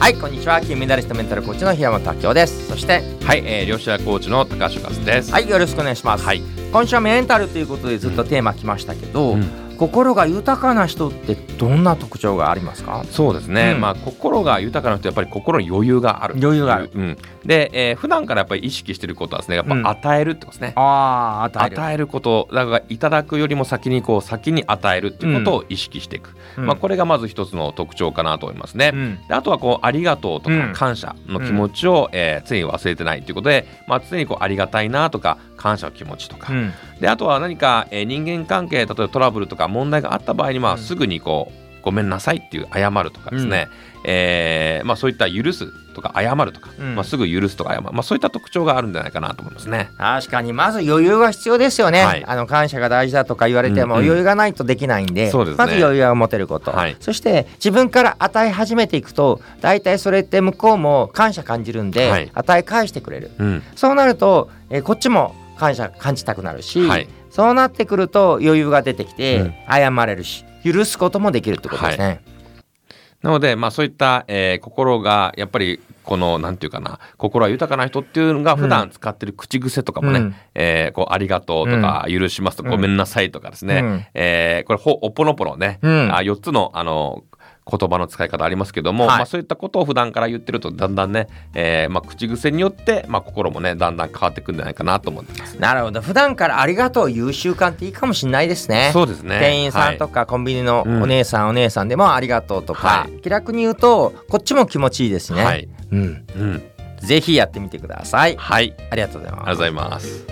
はい、こんにちは。金メダリストメンタルコーチの平本明夫です。そしてはい、両者コーチの高橋和です。 はい、よろしくお願いします。 はい、 今週はメンタルということでずっとテーマ来ましたけど、心が豊かな人ってどんな特徴がありますか？ そうですね、心が豊かな人はやっぱり心に余裕がある。で、普段からやっぱり意識していることはですね、やっぱ与えるってことですね。与えることだから、いただくよりも先に与えるっていうことを意識していく、これがまず一つの特徴かなと思いますね。で、あとはありがとうとか感謝の気持ちを、常に忘れてないということで、常にありがたいなとか感謝の気持ちとか、であとは何か、人間関係、例えばトラブルとか問題があった場合に、すぐにごめんなさいっていう謝るとかですね、そういった許すとか謝るとか、すぐ許すとか謝る、そういった特徴があるんじゃないかなと思いますね。 確かにまず余裕が必要ですよね、感謝が大事だとか言われても、余裕がないとできないんで、まず余裕を持てること、そして自分から与え始めていくと、大体それって向こうも感謝感じるんで、与え返してくれる、そうなると、こっちも感謝感じたくなるし、そうなってくると余裕が出てきて、謝れるし許すこともできるってことですね。 なので、そういった、心がやっぱりなんていうかな、心は豊かな人っていうのが普段使ってる口癖とかもね、ありがとうとか、許しますとか、ごめんなさいとかですね、これおぽのぽのね、4つの言葉の使い方ありますけども、そういったことを普段から言ってるとだんだんね、口癖によって、心もねだんだん変わってくるんじゃないかなと思ってます。 なるほど。普段からありがとう言う習慣っていいかもしれないですね。 そうですね。 店員さんとか、コンビニのお姉さん、お姉さんでもありがとうとか、気楽に言うとこっちも気持ちいいですね。ぜひやってみてください。 はい、 ありがとうございます。 ありがとうございます。